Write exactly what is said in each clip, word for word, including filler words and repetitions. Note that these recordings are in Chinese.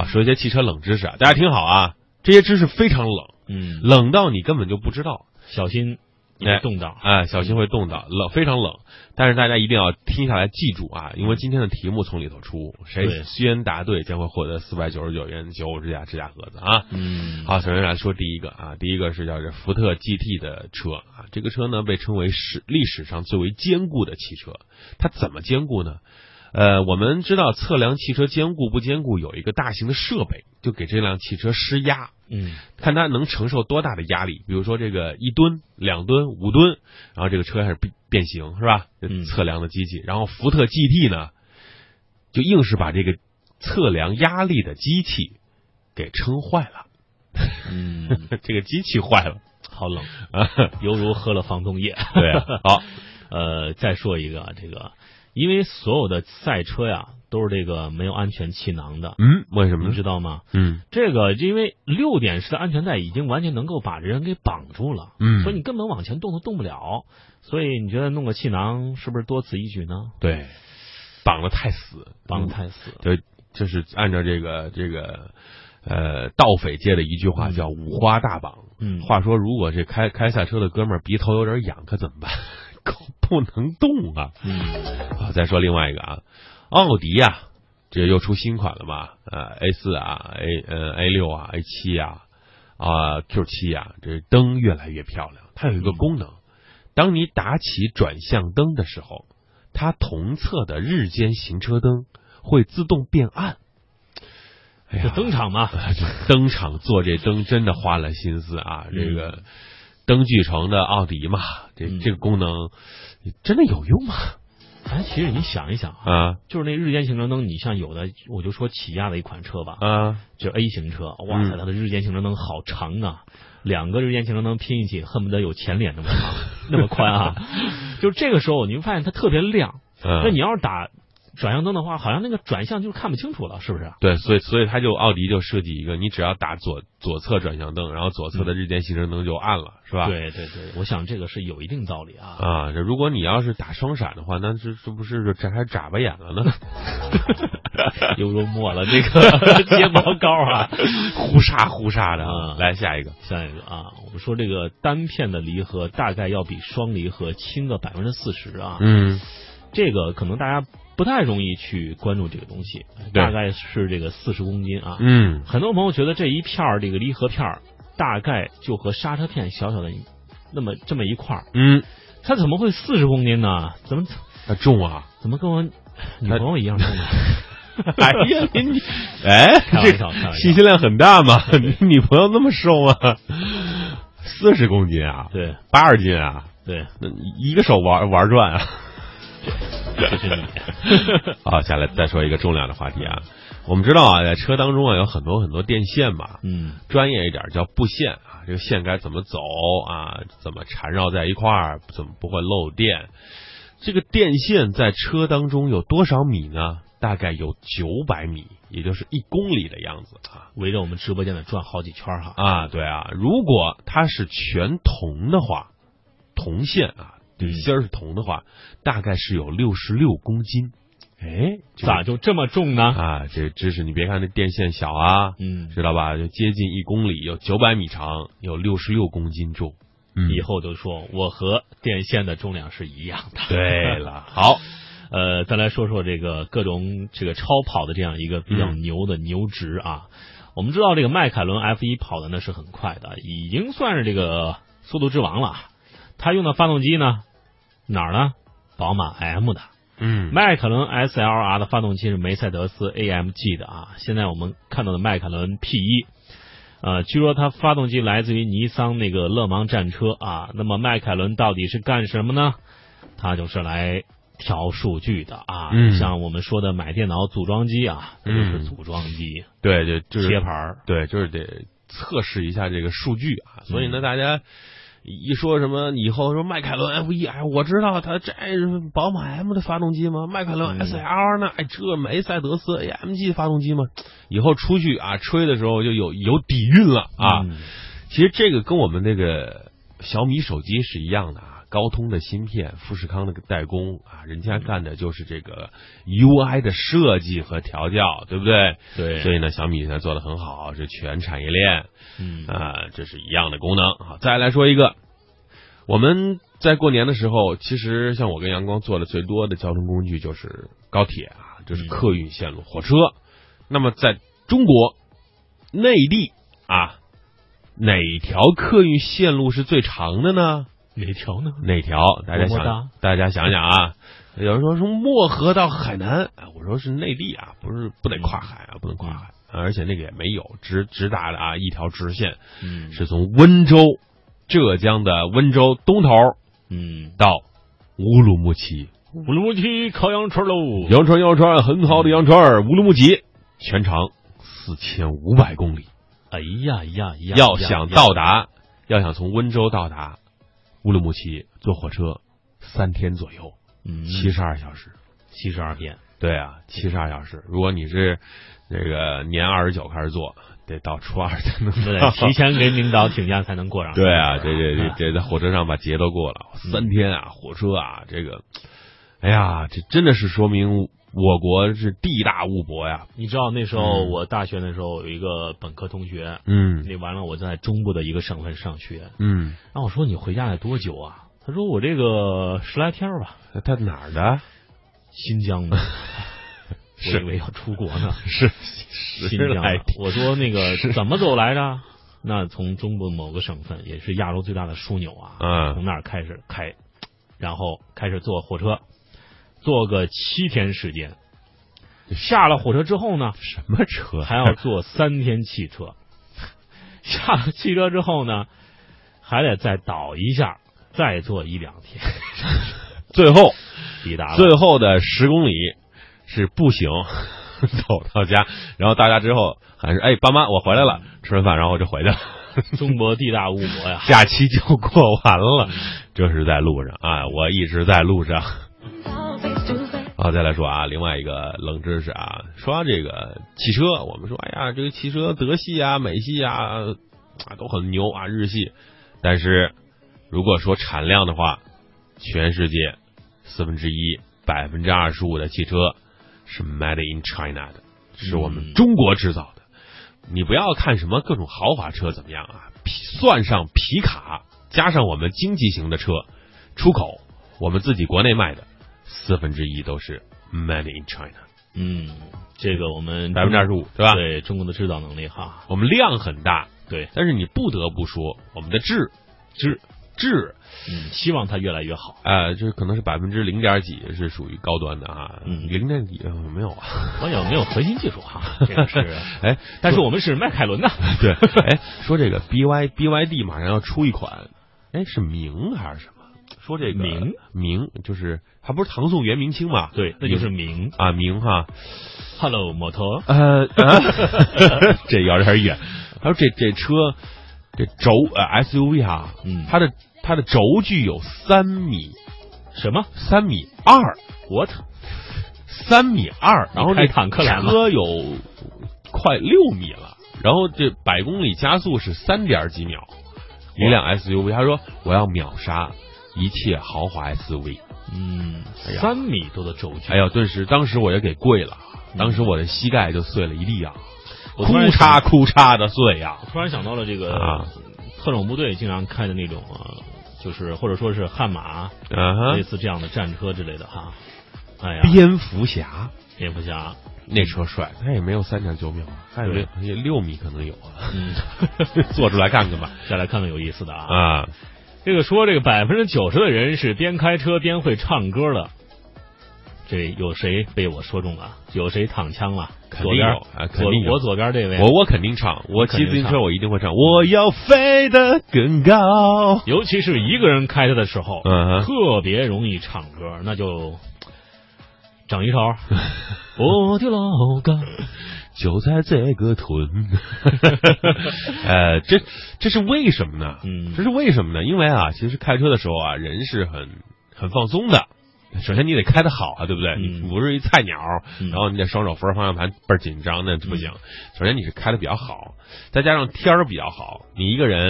说一些汽车冷知识啊，大家听好啊，这些知识非常冷， 嗯， 冷到你根本就不知道， 小心你会冻到， 哎，小心会冻到，冷非常冷。但是大家一定要听下来记住啊，因为今天的题目从里头出，谁先答对将会获得四百九十九元九五支架支架盒子啊。 嗯， 好，首先来说第一个啊，第一个是叫这福特 G T 的车啊，这个车呢被称为史历史上最为坚固的汽车，它怎么坚固呢？呃，我们知道测量汽车坚固不坚固有一个大型的设备，就给这辆汽车施压， 嗯， 看它能承受多大的压力，比如说这个一吨、两吨、五吨，然后这个车开始变变形，是吧？测量的机器，然后福特 G T 呢，就硬是把这个测量压力的机器给撑坏了， 嗯， 这个机器坏了， 好冷啊，犹如喝了防冻液。 对啊，好， 呃，再说一个这个。因为所有的赛车呀都是这个没有安全气囊的， 嗯，为什么你知道吗？ 嗯， 这个因为六点式的安全带已经完全能够把人给绑住了， 嗯， 所以你根本往前动都动不了。所以你觉得弄个气囊是不是多此一举呢？ 对，绑得太死， 绑得太死， 就就是按照这个这个呃盗匪界的一句话叫五花大绑。 嗯， 话说如果这开开赛车的哥们儿鼻头有点痒，可怎么办？不能动啊！ 嗯， 好，再说另外一个啊，奥迪啊，这又出新款了嘛？呃 ，A 四啊 ，A 呃 A 六啊 ，A 七啊，啊 Q 七啊，这灯越来越漂亮。它有一个功能，当你打起转向灯的时候，它同侧的日间行车灯会自动变暗。哎呀， 这灯厂嘛， 灯厂做这灯真的花了心思啊，这个。嗯灯具城的奥迪嘛，这这个功能真的有用吗？ 哎，其实你想一想啊， 就是那日间行车灯，你像有的，我就说起亚的一款车吧， 啊， 就 A 型车，哇塞，它的日间行车灯好长啊，两个日间行车灯拼一起，恨不得有前脸那么长，那么宽啊。就这个时候，你会发现它特别亮。 嗯、 那你要是打转向灯的话，好像那个转向就看不清楚了，是不是？ 对，所以所以他就奥迪就设计一个，你只要打左左侧转向灯，然后左侧的日间行车灯就暗了，是吧？ 对对对，我想这个是有一定道理啊。 啊，这如果你要是打双闪的话，那这这不是这还眨巴眼了呢？ 犹如抹了这个睫毛膏啊， 呼沙呼沙的啊。来下一个， 下一个啊，我们说这个单片的离合大概要比双离合轻个百分之四十啊。 嗯， 这个可能大家不太容易去关注这个东西，大概是这个四十公斤啊。 嗯， 很多朋友觉得这一片儿这个离合片儿大概就和刹车片小小的那么这么一块儿。 嗯， 它怎么会四十公斤呢？怎么它重啊？ 怎么跟我女朋友一样重呢？ 哎呀，你哎， 开玩笑，开玩笑， 信息量很大嘛？你女朋友那么瘦吗？四十公斤啊？ 对， 八十斤啊？ 对， 那一个手玩玩转啊？ 这是你。 好，下来再说一个重量的话题啊。我们知道啊，在车当中啊有很多很多电线嘛， 嗯， 专业一点叫布线啊，这个线该怎么走啊，怎么缠绕在一块儿，怎么不会漏电？这个电线在车当中有多少米呢？大概有九百米，也就是一公里的样子啊， 围着我们直播间的转好几圈哈。 啊，对啊，如果它是全铜的话，铜线啊，这芯儿是铜的话，大概是有六十六公斤。哎， 咋就这么重呢？ 啊，这知识你别看这电线小啊， 嗯， 知道吧？就接近一公里，有九百米长，有六十六公斤重。 嗯，以后就说我和电线的重量是一样的。 对了，好。 呃，再来说说这个各种这个超跑的这样一个比较牛的牛值啊。嗯、我们知道这个迈凯伦 F 一 跑的呢是很快的，已经算是这个速度之王了。它用的发动机呢，哪儿呢？宝马 M 的。 嗯， 迈凯伦 S L R 的发动机是梅赛德斯 A M G 的啊。现在我们看到的迈凯伦 P 一，呃，据说它发动机来自于尼桑那个勒芒战车啊。那么迈凯伦到底是干什么呢？它就是来调数据的啊， 嗯、 像我们说的买电脑组装机啊，这就是组装机， 嗯、对，就就是贴牌， 对，就是得测试一下这个数据啊。所以呢，大家一说什么以后说迈凯伦 F 一，哎，我知道它这是宝马 M 的发动机吗？迈凯伦 S L 呢？哎，这梅赛德斯 A M G 发动机吗？以后出去啊吹的时候就有有底蕴了啊。 嗯、 其实这个跟我们那个小米手机是一样的啊。 高通的芯片，富士康的代工啊，人家干的就是这个 U I 的设计和调教，对不对？ 对， 所以呢，小米现在做得很好，是全产业链， 嗯啊，这是一样的功能。好，再来说一个，我们在过年的时候，其实像我跟阳光做的最多的交通工具就是高铁啊，就是客运线路、火车。那么在中国内地啊，哪条客运线路是最长的呢？ 哪条呢？ 哪条？大家么么哒想，大家想想啊。有人说从漠河到海南，哎，我说是内地啊，不是不得跨海啊，不能跨海，而且那个也没有直直达的啊，一条直线， 嗯， 是从温州，浙江的温州东头， 嗯， 到乌鲁木齐。 乌鲁木齐烤羊串喽， 羊串羊串，很好的羊串，乌鲁木齐全长四千五百公里。 哎呀呀呀！ 要想到达，要想从温州到达乌鲁木齐，坐火车三天左右， 嗯， 七十二小时， 七十二天。 对啊，七十二小时。如果你是这个年二十九开始做，得到初二才能对，提前给领导请假才能过上。 对啊，这这这这在火车上把节都过了，三天啊，火车啊，这个，哎呀，这真的是说明我国是地大物博呀。 你知道那时候我大学的时候有一个本科同学， 嗯， 那完了我在中部的一个省份上学， 嗯， 然后我说你回家得多久啊？他说我这个十来天吧。 他哪儿的？ 新疆的。我以为要出国呢。 是新疆的。我说那个怎么走来着？那从中部某个省份，也是亚洲最大的枢纽啊， 嗯， 从那儿开始开，然后开始坐火车，坐个七天时间。下了火车之后呢， 什么车？ 还要坐三天汽车。下了汽车之后呢，还得再倒一下，再坐一两天。 最后抵达了， 最后的十公里是步行走到家，然后到家之后还是哎爸妈我回来了，吃完饭然后我就回去了。 中国地大物博呀， 假期就过完了，这是在路上啊，我一直在路上。好，再来说啊，另外一个冷知识啊，说这个汽车，我们说哎呀，这个汽车德系啊、美系啊啊都很牛啊，日系，但是如果说产量的话，全世界四分之一百分之二十五的汽车是 made in China 的，是我们中国制造的。嗯、你不要看什么各种豪华车怎么样啊，算上皮卡，加上我们经济型的车，出口我们自己国内卖的四分之一都是 made in China。 嗯，这个我们百分之二十五，对吧？ 对中国的制造能力哈， 我们量很大， 对， 但是你不得不说，我们的质质质。 嗯，希望它越来越好。 呃，这可能是百分之零点几是属于高端的啊， 嗯， 零点几、呃、没有啊， 没有没有核心技术哈，这个是哎，但是我们是迈凯伦的， 对，哎，说这个 B Y B Y D 马上要出一款，哎，是明还是什么？说这个明明就是它不是唐宋元明清嘛？ 对，那就是明啊明哈 ，Hello 摩托， 呃，啊、这有点远。他说这这车。这轴呃 S U V 哈， 嗯， 它的它的轴距有三米， 什么？ 三米二 ？What？ 三米二，然后这坦克来了， 车有快六米了，然后这百公里加速是三点几秒，一辆 S U V。他说我要秒杀一切豪华 S U V。 嗯，三、哎、米多的轴距， 哎呀，顿时当时我就给跪了，当时我的膝盖就碎了一地啊。 哭嚓哭嚓的碎呀！ 我突然想到了这个、 啊、 特种部队经常开的那种啊，就是或者说是悍马， 啊、 类似这样的战车之类的哈。哎呀， 蝙蝠侠， 蝙蝠侠那车帅，它也没有三点九秒，它也没六米可能有啊。 嗯， 做出来看看吧， 再来看看有意思的啊。 啊， 这个说这个百分之九十的人是边开车边会唱歌的。这有谁被我说中了？有谁躺枪了？ 肯定有啊，肯定有。 我左边这位， 我我肯定唱，我骑自行车我一定会唱。我要飞得更高。 尤其是一个人开它的时候， 嗯， 特别容易唱歌，那就整一首我的老家就在这个屯。呃，这这是为什么呢？ 嗯， 这是为什么呢？因为啊，其实开车的时候啊，人是很很放松的。首先你得开得好啊，对不对？ 嗯、 你不是一菜鸟， 嗯、 然后你得双手扶着方向盘倍儿紧张，那不行。嗯、首先你是开得比较好，再加上天儿比较好，你一个人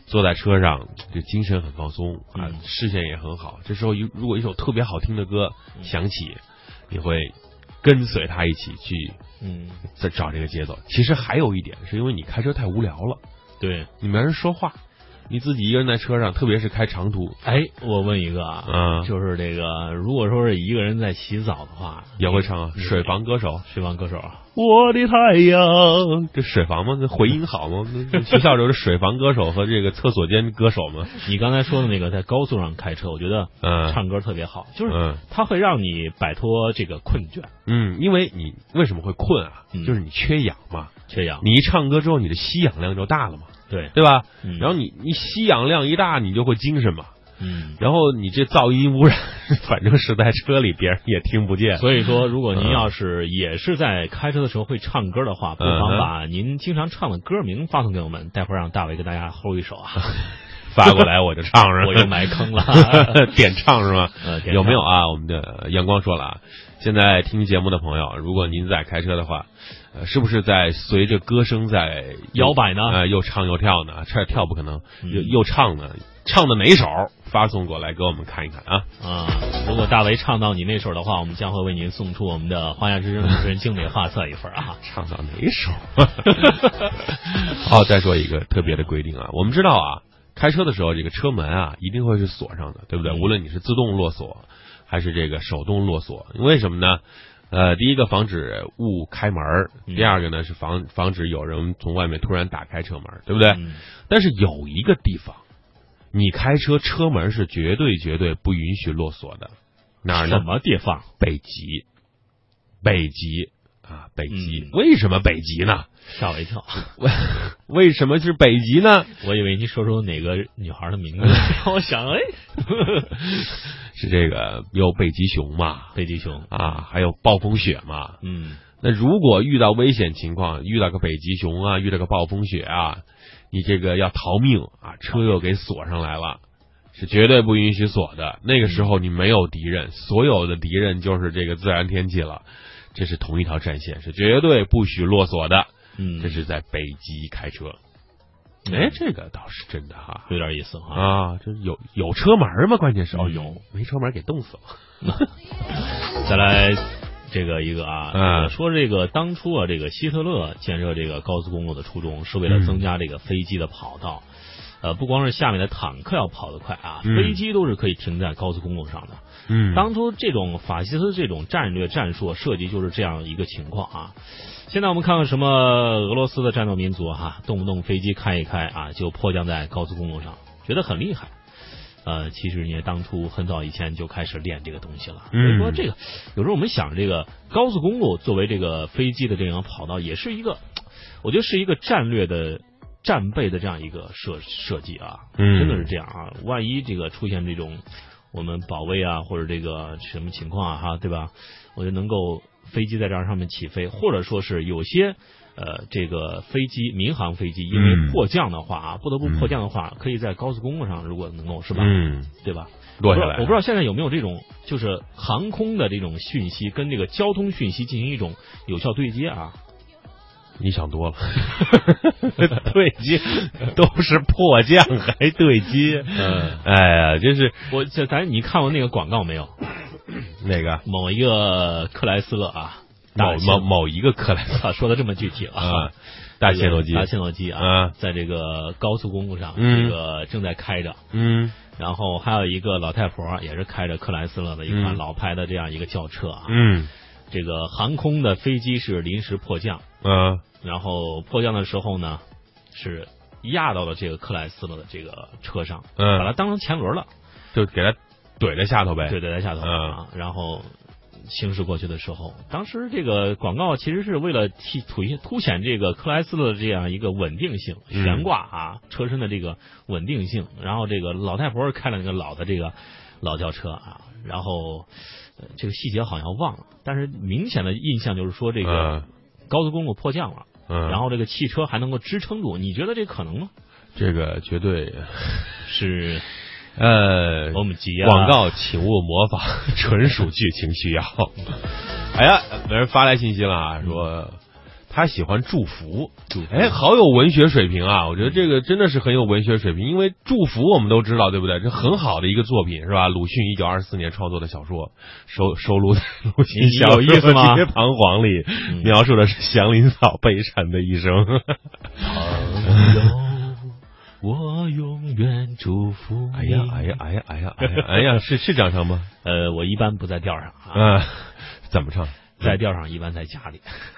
坐在车上，这精神很放松啊， 嗯、 视线也很好。这时候一如果一首特别好听的歌响起，你会跟随他一起去， 嗯， 在找这个节奏。其实还有一点，是因为你开车太无聊了， 对， 你没人说话。你自己一个人在车上，特别是开长途。 哎，我问一个啊， 嗯， 就是这个，如果说是一个人在洗澡的话， 也会唱啊，水房歌手， 水房歌手， 我的太阳，这水房吗？这回音好吗？学校里的水房歌手和这个厕所间歌手吗？ 你刚才说的那个在高速上开车，我觉得嗯， 唱歌特别好，就是它会让你摆脱这个困倦。 嗯，因为你为什么会困啊？ 嗯、 就是你缺氧嘛， 缺氧。 你一唱歌之后，你的吸氧量就大了嘛。 对对吧？ 嗯、 然后你你吸氧量一大，你就会精神嘛。 嗯。 然后你这噪音污染，反正是在车里别人也听不见。 所以说，如果您要是也是在开车的时候会唱歌的话，嗯、不妨把您经常唱的歌名发送给我们，待会儿让大伟给大家吼一首啊。 发过来我就唱上， 我又埋坑了。 点唱是吗？ 呃、 有没有啊？我们的阳光说了啊，现在听节目的朋友，如果您在开车的话，呃，是不是在随着歌声在摇摆呢？ 呃，又唱又跳呢？这跳不可能， 嗯、 又又唱呢？唱的哪首？发送过来给我们看一看啊！ 啊，如果大为唱到你那首的话，我们将会为您送出我们的华夏之声主持人精美画册一份啊！ 唱到哪首？好，再说一个特别的规定啊，我们知道啊。开车的时候，这个车门啊一定会是锁上的，对不对？ 嗯、 无论你是自动落锁还是这个手动落锁，为什么呢？呃，第一个防止误开门，第二个呢是防防止有人从外面突然打开车门，对不对？ 嗯、 但是有一个地方，你开车车门是绝对绝对不允许落锁的，哪儿呢？ 什么地方？ 北极，北极啊，北极。 嗯、 为什么北极呢？ 吓我一跳， 为什么是北极呢？ 我以为你说出哪个女孩的名字，让我想，哎， 是这个有北极熊嘛？ 北极熊啊，还有暴风雪嘛？ 嗯， 那如果遇到危险情况，遇到个北极熊啊，遇到个暴风雪啊，你这个要逃命啊，车又给锁上来了，是绝对不允许锁的。那个时候你没有敌人，所有的敌人就是这个自然天气了。这是同一条战线，是绝对不许落锁的。 嗯， 这是在北极开车。哎，这个倒是真的哈， 有点意思哈。 啊，这有有车门吗？关键是、 嗯、 哦，有没车门给冻死了。 再来这个一个啊， 嗯、 说这个当初啊，这个希特勒建设这个高速公路的初衷是为了增加这个飞机的跑道。嗯呃，不光是下面的坦克要跑得快啊， 嗯、 飞机都是可以停在高速公路上的。 嗯， 当初这种法西斯这种战略战术设计就是这样一个情况啊。现在我们看看什么俄罗斯的战斗民族哈、啊，动不动飞机开一开啊，就迫降在高速公路上，觉得很厉害。呃，其实你当初很早以前就开始练这个东西了。所以说这个有时候我们想，这个高速公路作为这个飞机的这样跑道，也是一个，我觉得是一个战略的。战备的这样一个设设计啊，真的是这样啊！万一这个出现这种我们保卫啊，或者这个什么情况啊，哈，对吧？我就能够飞机在这上面起飞，或者说是有些呃这个飞机民航飞机因为迫降的话啊，不得不迫降的话，可以在高速公路上，如果能够是吧？ 嗯， 对吧？ 落下来。 我不知道现在有没有这种就是航空的这种讯息跟这个交通讯息进行一种有效对接啊。 你想多了，对接都是迫降还对接， 嗯， 哎呀，真是我这咱你看过那个广告没有？ 哪个？ 某一个克莱斯勒啊， 某某某一个克莱斯勒， 说的这么具体啊， 啊大切诺基， 大切诺基啊， 啊在这个高速公路上， 嗯、 这个正在开着， 嗯， 然后还有一个老太婆也是开着克莱斯勒的一款老牌的这样一个轿车啊， 嗯， 这个航空的飞机是临时迫降， 嗯。 然后迫降的时候呢，是压到了这个克莱斯勒的这个车上， 嗯， 把它当成前轮了， 就给它怼在下头呗， 对，怼在下头啊。嗯、然后行驶过去的时候，当时这个广告其实是为了替凸凸显这个克莱斯勒的这样一个稳定性， 嗯、 悬挂啊车身的这个稳定性。然后这个老太婆开了那个老的这个老轿车啊，然后、呃、这个细节好像忘了，但是明显的印象就是说这个。 嗯高速公路迫降了， 嗯， 然后这个汽车还能够支撑住，你觉得这可能吗？ 这个绝对是， 呃， 我们急啊！ 广告请勿模仿，纯属剧情需要。哎呀，有人发来信息了啊，说他喜欢祝福。哎，好有文学水平啊！我觉得这个真的是很有文学水平，因为祝福我们都知道，对不对？这很好的一个作品是吧？鲁迅一九二四年创作的小说，收收录在《鲁迅小说有意思吗？ 《彷徨》里， 嗯、 描述的是祥林嫂悲惨的一生。 朋友，我永远祝福你。 哎呀，哎呀，哎呀，哎呀，哎呀，哎呀，是是这样唱吗？ 呃，我一般不在调上啊。 嗯，怎么唱？ 在调上一般在家里。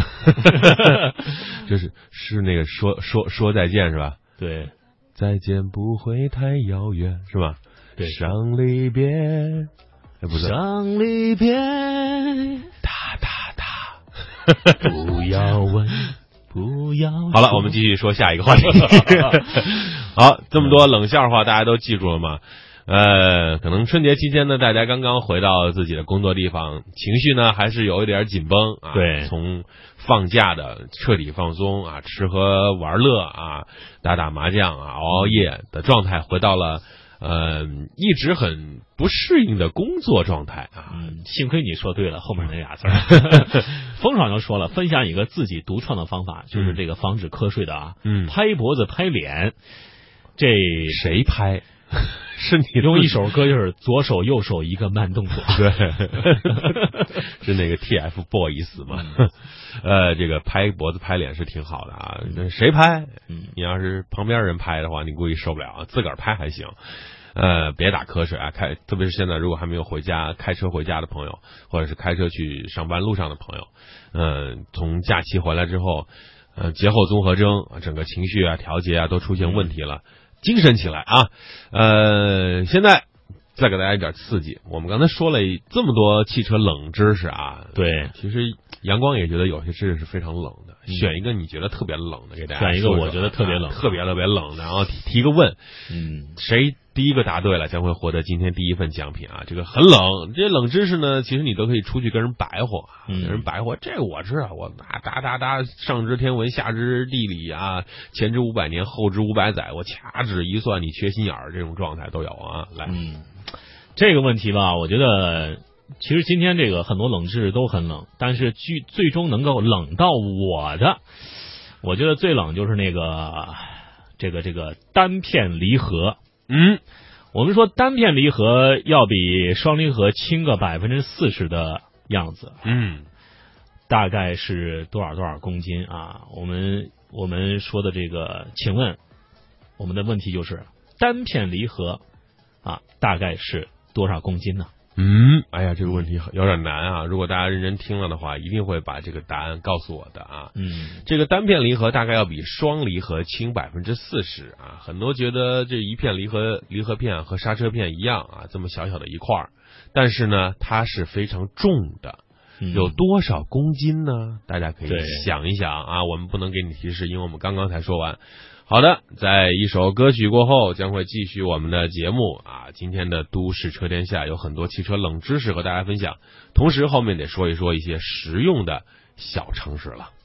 就是是那个说说说再见是吧？ 对， 再见不会太遥远是吧？ 对， 伤离别，哎不是， 伤离别， 哒哒哒， 不要问。不要好了，我们继续说下一个话题。好，这么多冷笑话，大家都记住了吗？呃，可能春节期间呢，大家刚刚回到自己的工作地方，情绪呢还是有一点紧绷啊。 对， 从放假的彻底放松啊，吃喝玩乐啊，打打麻将啊，熬熬夜的状态，回到了呃一直很不适应的工作状态啊。 嗯，幸亏你说对了后面那俩字儿。风爽就说了，分享一个自己独创的方法，就是这个防止瞌睡的啊。嗯，拍脖子拍脸，这谁拍？是你用一首歌，就是左手右手一个慢动作。 对，是那个 T F Boys 嘛？呃，这个拍脖子拍脸是挺好的啊。那谁拍？你要是旁边人拍的话，你估计受不了，自个儿拍还行。呃，别打瞌睡啊！开，特别是现在如果还没有回家，开车回家的朋友，或者是开车去上班路上的朋友，嗯、呃，从假期回来之后，呃，节后综合征，整个情绪啊、调节啊都出现问题了。精神起来啊！呃，现在再给大家一点刺激。我们刚才说了这么多汽车冷知识啊， 对， 其实阳光也觉得有些知识是非常冷的。嗯、选一个你觉得特别冷的给大家说说， 选一个我觉得特别冷、 啊、特别特别冷的，然后提提个问， 嗯， 谁第一个答对了将会获得今天第一份奖品啊！这个很冷，这些冷知识呢，其实你都可以出去跟人白话， 嗯、 跟人白话。这个我知道，我哒哒哒哒，上知天文，下知地理啊，前知五百年，后知五百载，我掐指一算，你缺心眼儿这种状态都有啊。来， 嗯，这个问题吧，我觉得其实今天这个很多冷知识都很冷，但是最最终能够冷到我的，我觉得最冷就是那个这个这个单片离合。 嗯， 我们说单片离合要比双离合轻个百分之四十的样子。 嗯， 大概是多少多少公斤啊？我们我们说的这个，请问我们的问题就是单片离合啊，大概是多少公斤呢？ 嗯，哎呀，这个问题有点难啊！如果大家认真听了的话，一定会把这个答案告诉我的啊。 嗯， 这个单片离合大概要比双离合轻百分之四十啊。很多觉得这一片离合离合片和刹车片一样啊，这么小小的一块儿，但是呢，它是非常重的。有多少公斤呢？大家可以想一想啊。我们不能给你提示，因为我们刚刚才说完。好的，在一首歌曲过后，将会继续我们的节目啊。今天的都市车天下有很多汽车冷知识和大家分享，同时后面得说一说一些实用的小常识了。